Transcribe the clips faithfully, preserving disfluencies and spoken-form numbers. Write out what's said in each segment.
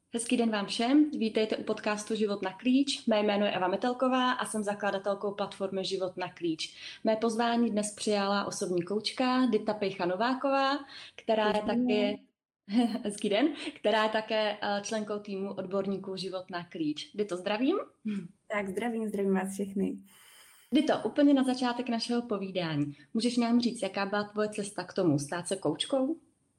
Hezký den vám všem, vítejte u podcastu Život na klíč. Mé jméno je Eva Metelková a jsem zakladatelkou platformy Život na klíč. Mé pozvání dnes přijala osobní koučka Dita Pejcha-Nováková, která je také, hezký den, která je také členkou týmu odborníků Život na klíč. Dito, zdravím. Tak zdravím, zdravím vás všechny. Dito, úplně na začátek našeho povídání. Můžeš nám říct, jaká byla tvoje cesta k tomu stát se koučkou?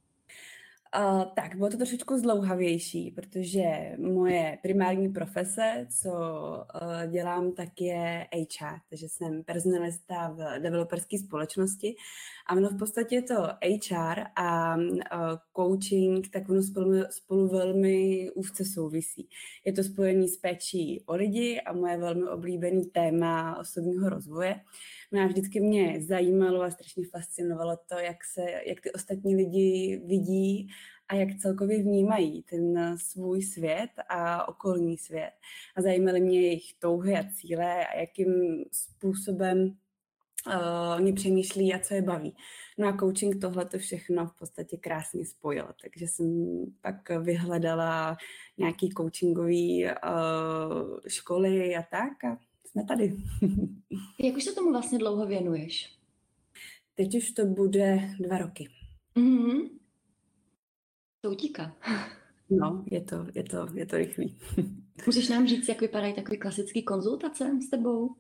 Uh, tak, bylo to trošičku zdlouhavější, protože moje primární profese, co uh, dělám, tak je H R, takže jsem personalista v developerské společnosti a ono v podstatě to H R a uh, coaching, tak ono spolu, spolu velmi úzce souvisí. Je to spojení s péčí o lidi a moje velmi oblíbený téma osobního rozvoje. No a vždycky mě zajímalo a strašně fascinovalo to, jak se, jak ty ostatní lidi vidí a jak celkově vnímají ten svůj svět a okolní svět. A zajímaly mě jejich touhy a cíle a jakým způsobem uh, oni přemýšlí a co je baví. No a coaching tohleto všechno v podstatě krásně spojil. Takže jsem pak vyhledala nějaký coachingový uh, školy a tak a jsme tady. Jak už se tomu vlastně dlouho věnuješ? Teď už to bude dva roky. Mm-hmm. To utíká. No, je to, je to, je to rychlý. Můžeš nám říct, jak vypadají takové klasické konzultace s tebou?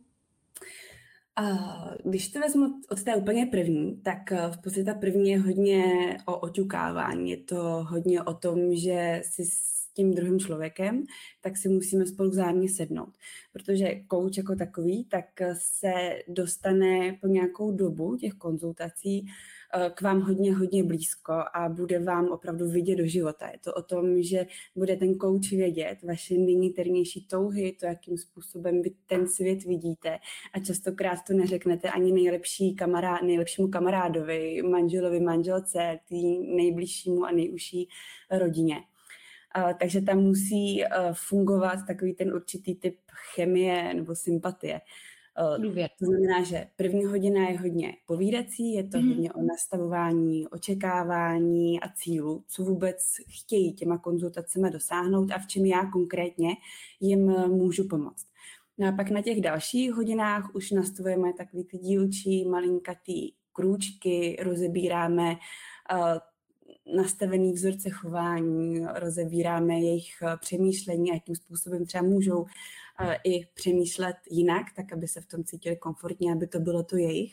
Uh, když to vezmu od té úplně první, tak v podstatě ta první je hodně o oťukávání. Je to hodně o tom, že si s tím druhým člověkem, tak si musíme spolu vzájemně sednout. Protože coach jako takový, tak se dostane po nějakou dobu těch konzultací k vám hodně, hodně blízko a bude vám opravdu vidět do života. Je to o tom, že bude ten coach vědět vaše nejniternější touhy, to, jakým způsobem vy ten svět vidíte a častokrát to neřeknete ani nejlepší kamarád, nejlepšímu kamarádovi, manželovi, manželce, tý nejbližšímu a nejužší rodině. Uh, takže tam musí uh, fungovat takový ten určitý typ chemie nebo sympatie. Uh, to znamená, že první hodina je hodně povídací, je to mm. hodně o nastavování, očekávání a cílu, co vůbec chtějí těma konzultacemi dosáhnout a v čem já konkrétně jim můžu pomoct. No a pak na těch dalších hodinách už nastavujeme takový ty dílčí, malinkatý krůčky, rozebíráme uh, nastavený vzorce chování, rozebíráme jejich přemýšlení a jakým způsobem třeba můžou uh, i přemýšlet jinak, tak aby se v tom cítili komfortně, aby to bylo to jejich.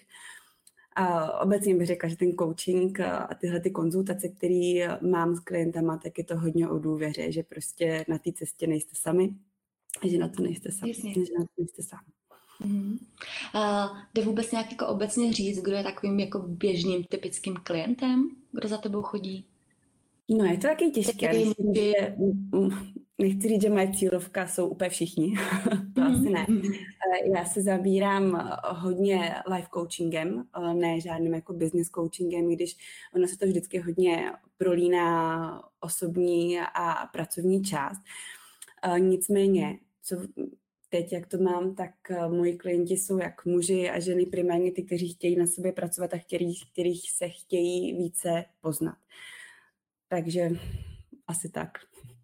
A obecně bych řekla, že ten coaching a tyhle ty konzultace, které mám s klientama, tak je to hodně o důvěře, že prostě na té cestě nejste sami, že na to nejste sami. Že na to nejste sami. Mm-hmm. Uh, jde vůbec nějak jako obecně říct, kdo je takovým jako běžným typickým klientem, kdo za tebou chodí? No je to taky těžké. Myslím, že, nechci říct, že moje cílovka jsou úplně všichni. To mm-hmm. asi ne. Já se zabírám hodně life coachingem, ne žádným jako business coachingem, když ono se to vždycky hodně prolíná osobní a pracovní část. Nicméně, co teď, jak to mám, tak moji klienti jsou jak muži a ženy, primárně ty, kteří chtějí na sobě pracovat a kterých, kterých se chtějí více poznat. Takže asi tak.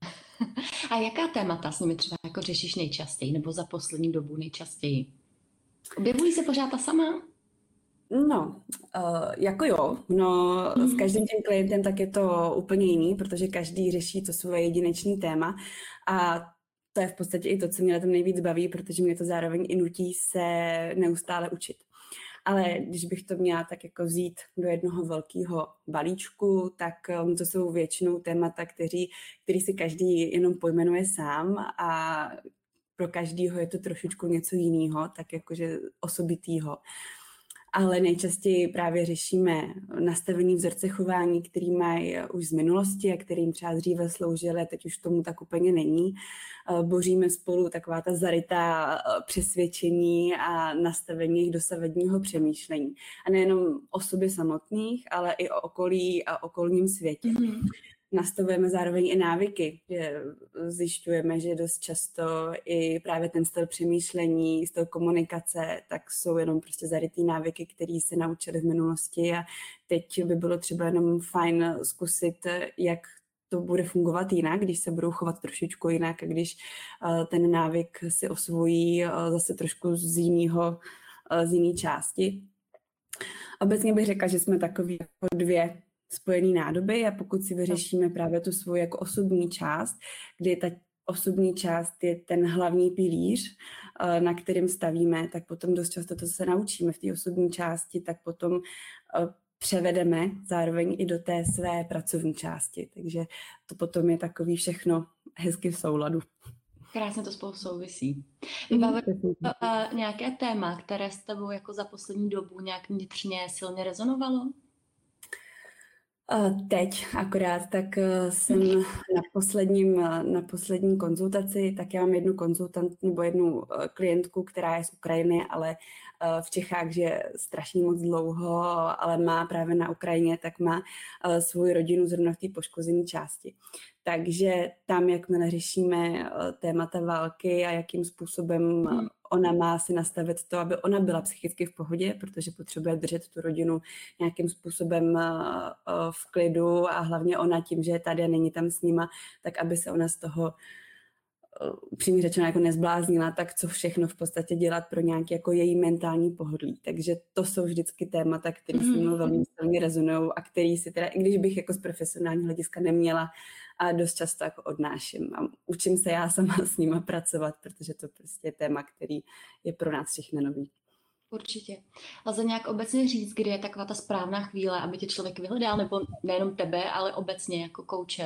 A jaká témata s nimi třeba jako řešíš nejčastěji nebo za poslední dobu nejčastěji? Objevují se pořád ta sama? No, uh, jako jo, no mm. s každým tím klientem tak je to úplně jiný, protože každý řeší to svoje jedinečné téma a to je v podstatě i to, co mě na tom nejvíc baví, protože mě to zároveň i nutí se neustále učit. Ale když bych to měla tak jako vzít do jednoho velkého balíčku, tak to jsou většinou témata, který, který si každý jenom pojmenuje sám a pro každýho je to trošičku něco jiného, tak jakože osobitýho. Ale nejčastěji právě řešíme nastavení vzorce chování, který mají už z minulosti a kterým třeba dříve sloužily a teď už tomu tak úplně není. Boříme spolu taková ta zarytá přesvědčení a nastavení jejich dosavadního přemýšlení. A nejenom o sobě samotných, ale i o okolí a okolním světě. Mm-hmm. Nastavujeme zároveň i návyky, že zjišťujeme, že dost často i právě ten styl přemýšlení, styl komunikace, tak jsou jenom prostě zarytý návyky, které se naučili v minulosti a teď by bylo třeba jenom fajn zkusit, jak to bude fungovat jinak, když se budou chovat trošičku jinak a když uh, ten návyk si osvojí uh, zase trošku z jiného, uh, z jiné části. Obecně bych řekla, že jsme takový jako dvě spojené nádoby a pokud si vyřešíme právě tu svoji jako osobní část, kdy ta osobní část je ten hlavní pilíř, na kterým stavíme, tak potom dost často to, co se naučíme v té osobní části, tak potom převedeme zároveň i do té své pracovní části. Takže to potom je takový všechno hezky v souladu. Krásně to spolu souvisí. Vybavuje mm, nějaké téma, které s tebou jako za poslední dobu nějak vnitřně silně rezonovalo? Teď akorát, tak jsem na posledním, na poslední konzultaci, tak já mám jednu konzultant nebo jednu klientku, která je z Ukrajiny, ale v Čechách žije strašně moc dlouho, ale má právě na Ukrajině, tak má svou rodinu zrovna v té poškozené části. Takže tam, jakmile řešíme témata války a jakým způsobem ona má si nastavit to, aby ona byla psychicky v pohodě, protože potřebuje držet tu rodinu nějakým způsobem v klidu a hlavně ona tím, že je tady a není tam s nima, tak aby se ona z toho upřímně řečeno jako nezbláznila, tak co všechno v podstatě dělat pro nějaké jako její mentální pohodlí. Takže to jsou vždycky témata, které se mnou velmi silně rezonují a který si teda, i když bych jako z profesionálního hlediska neměla, a dost často jako odnáším. A učím se já sama s nima pracovat, protože to prostě je téma, který je pro nás všechny nový. Určitě. Lze nějak obecně říct, kdy je taková ta správná chvíle, aby tě člověk vyhledal, nebo nejenom tebe, ale obecně jako kouče?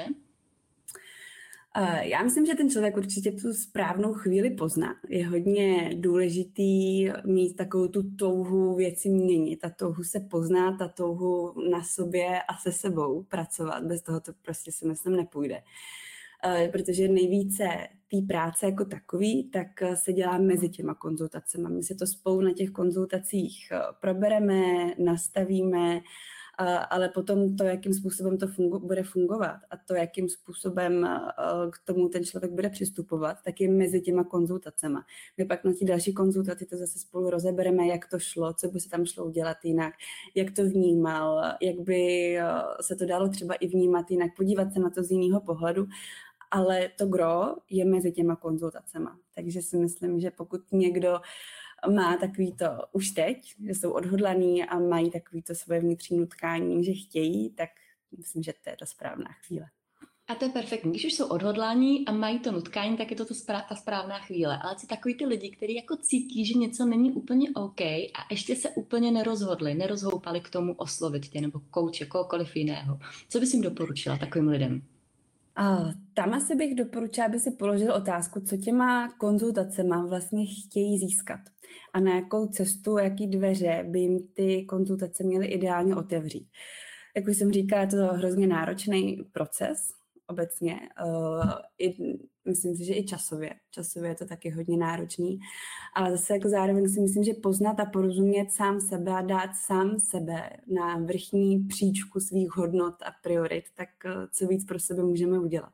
Já myslím, že ten člověk určitě tu správnou chvíli pozná. Je hodně důležitý mít takovou tu touhu věci měnit, ta touhu se poznat, ta touhu na sobě a se sebou pracovat. Bez toho to prostě si myslím nepůjde. Protože nejvíce té práce jako takový, tak se dělá mezi těma konzultacemi. My si to spolu na těch konzultacích probereme, nastavíme, ale potom to, jakým způsobem to fungu, bude fungovat a to, jakým způsobem k tomu ten člověk bude přistupovat, tak je mezi těma konzultacema. My pak na ty další konzultaci to zase spolu rozebereme, jak to šlo, co by se tam šlo udělat jinak, jak to vnímal, jak by se to dalo třeba i vnímat jinak, podívat se na to z jiného pohledu, ale to gro je mezi těma konzultacema. Takže si myslím, že pokud někdo má takový to už teď, že jsou odhodlaný a mají takový to svoje vnitřní nutkání, že chtějí, tak myslím, že to je ta správná chvíle. A to je perfektní. Když už jsou odhodlaní a mají to nutkání, tak je to, to spra- ta správná chvíle. Ale co takový ty lidi, kteří jako cítí, že něco není úplně OK a ještě se úplně nerozhodli, nerozhoupali k tomu oslovit tě nebo kouče, kohokoliv jiného. Co bys jim doporučila takovým lidem? A tam asi bych doporučila, aby si položil otázku, co těma konzultacema vlastně chtějí získat a na jakou cestu, jaký dveře by jim ty konzultace měly ideálně otevřít. Jak už jsem říkala, je to hrozně náročný proces obecně. Uh, i, myslím si, že i časově. Časově je to taky hodně náročný. Ale zase jako zároveň si myslím, že poznat a porozumět sám sebe a dát sám sebe na vrchní příčku svých hodnot a priorit, tak uh, co víc pro sebe můžeme udělat.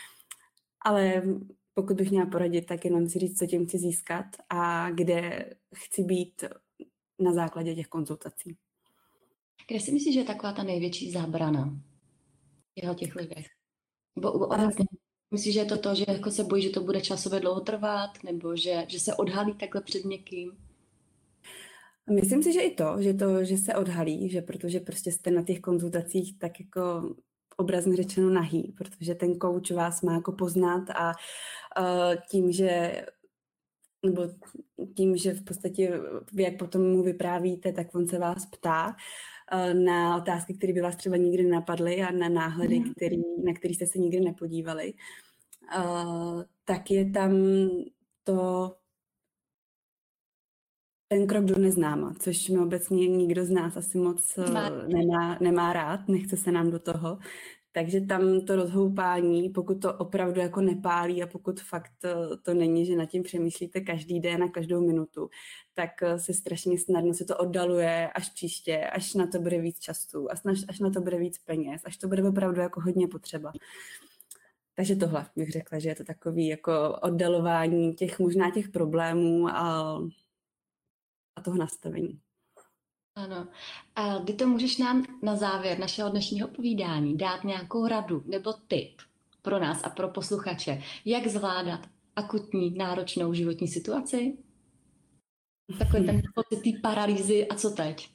Ale pokud bych měla poradit, tak jenom si říct, co tím chci získat a kde chci být na základě těch konzultací. Kde si myslíš, že je taková ta největší zábrana v těch lidech? Bo obecně myslíš, že je to to, že jako se bojí, že to bude časově dlouho trvat, nebo že, že se odhalí takhle před někým? Myslím si, že i to, že to, že se odhalí, že protože prostě jste na těch konzultacích tak jako obrazně řečeno nahý, protože ten coach vás má jako poznat a uh, tím, že nebo tím, že v podstatě jak potom mu vyprávíte, tak on se vás ptá na otázky, které by vás třeba nikdy nenapadly a na náhledy, který, na který jste se nikdy nepodívali, uh, tak je tam to ten krok do neznáma, což mi obecně nikdo z nás asi moc uh, nemá, nemá rád, nechce se nám do toho. Takže tam to rozhoupání, pokud to opravdu jako nepálí a pokud fakt to, to není, že nad tím přemýšlíte každý den a každou minutu, tak se strašně snadno se to oddaluje až příště, až na to bude víc času, až na, až na to bude víc peněz, až to bude opravdu jako hodně potřeba. Takže tohle bych řekla, že je to takový jako oddalování těch možná těch problémů a, a toho nastavení. Ano. A kdy to můžeš nám na závěr našeho dnešního povídání dát nějakou radu nebo tip pro nás a pro posluchače, jak zvládat akutní náročnou životní situaci? Takový ten pocit té paralýzy a co teď?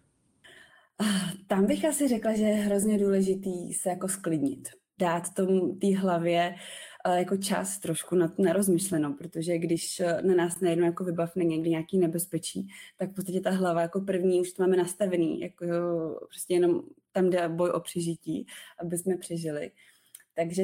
Tam bych asi řekla, že je hrozně důležitý se jako sklidnit. Dát tomu té hlavě jako čas trošku na, na rozmyšlenou, protože když na nás najednou jako vybavne někdy nějaký nebezpečí, tak v podstatě ta hlava jako první už to máme nastavený, jako prostě jenom tam jde boj o přežití, aby jsme přežili. Takže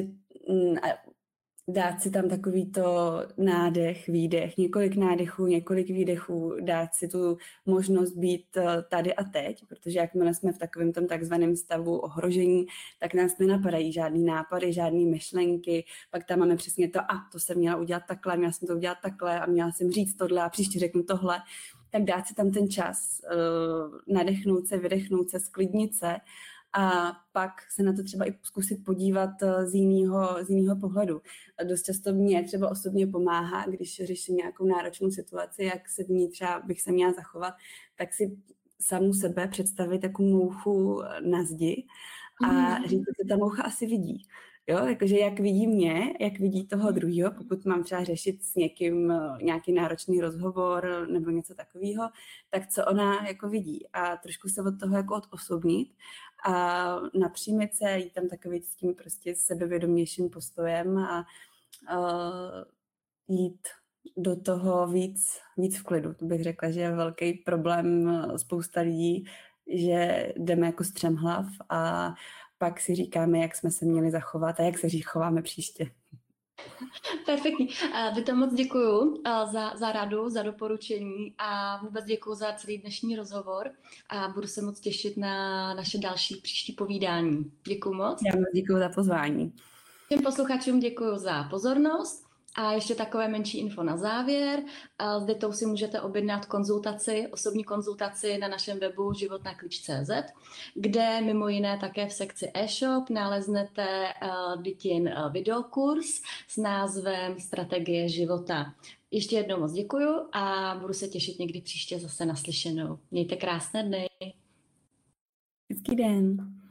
dát si tam takový to nádech, výdech, několik nádechů, několik výdechů, dát si tu možnost být tady a teď, protože jakmile jsme v takovém tom takzvaném stavu ohrožení, tak nás nenapadají žádný nápady, žádný myšlenky, pak tam máme přesně to, a to jsem měla udělat takhle, měla jsem to udělat takhle a měla jsem říct tohle a příště řeknu tohle, tak dát si tam ten čas, nadechnout se, vydechnout se, sklidnit se, a pak se na to třeba i zkusit podívat z jiného, z jiného pohledu. Dost často mě třeba osobně pomáhá, když řeším nějakou náročnou situaci, jak se v ní třeba bych se měla zachovat, tak si samu sebe představit jako mouchu na zdi a říct, že ta moucha asi vidí. Jo, jakože jak vidí mě, jak vidí toho druhého, pokud mám třeba řešit s někým nějaký náročný rozhovor nebo něco takového, tak co ona jako vidí a trošku se od toho jako odosobnit a napřímit se, jít tam takový s tím prostě sebevědomějším postojem a uh, jít do toho víc, víc v klidu. To bych řekla, že je velký problém spousta lidí, že jdeme jako střemhlav a pak si říkáme, jak jsme se měli zachovat a jak se chováme příště. Perfektní. Vy to moc děkuju za, za radu, za doporučení a vůbec děkuju za celý dnešní rozhovor a budu se moc těšit na naše další příští povídání. Děkuju moc. Já moc děkuju za pozvání. Všem posluchačům děkuju za pozornost. A ještě takové menší info na závěr. S Ditou si můžete objednat konzultaci, osobní konzultaci na našem webu život na klíč tečka cé zet, kde mimo jiné také v sekci e-shop naleznete Ditin videokurs s názvem Strategie života. Ještě jednou moc děkuju a budu se těšit někdy příště zase naslyšenou. Mějte krásné dny. Hezký den.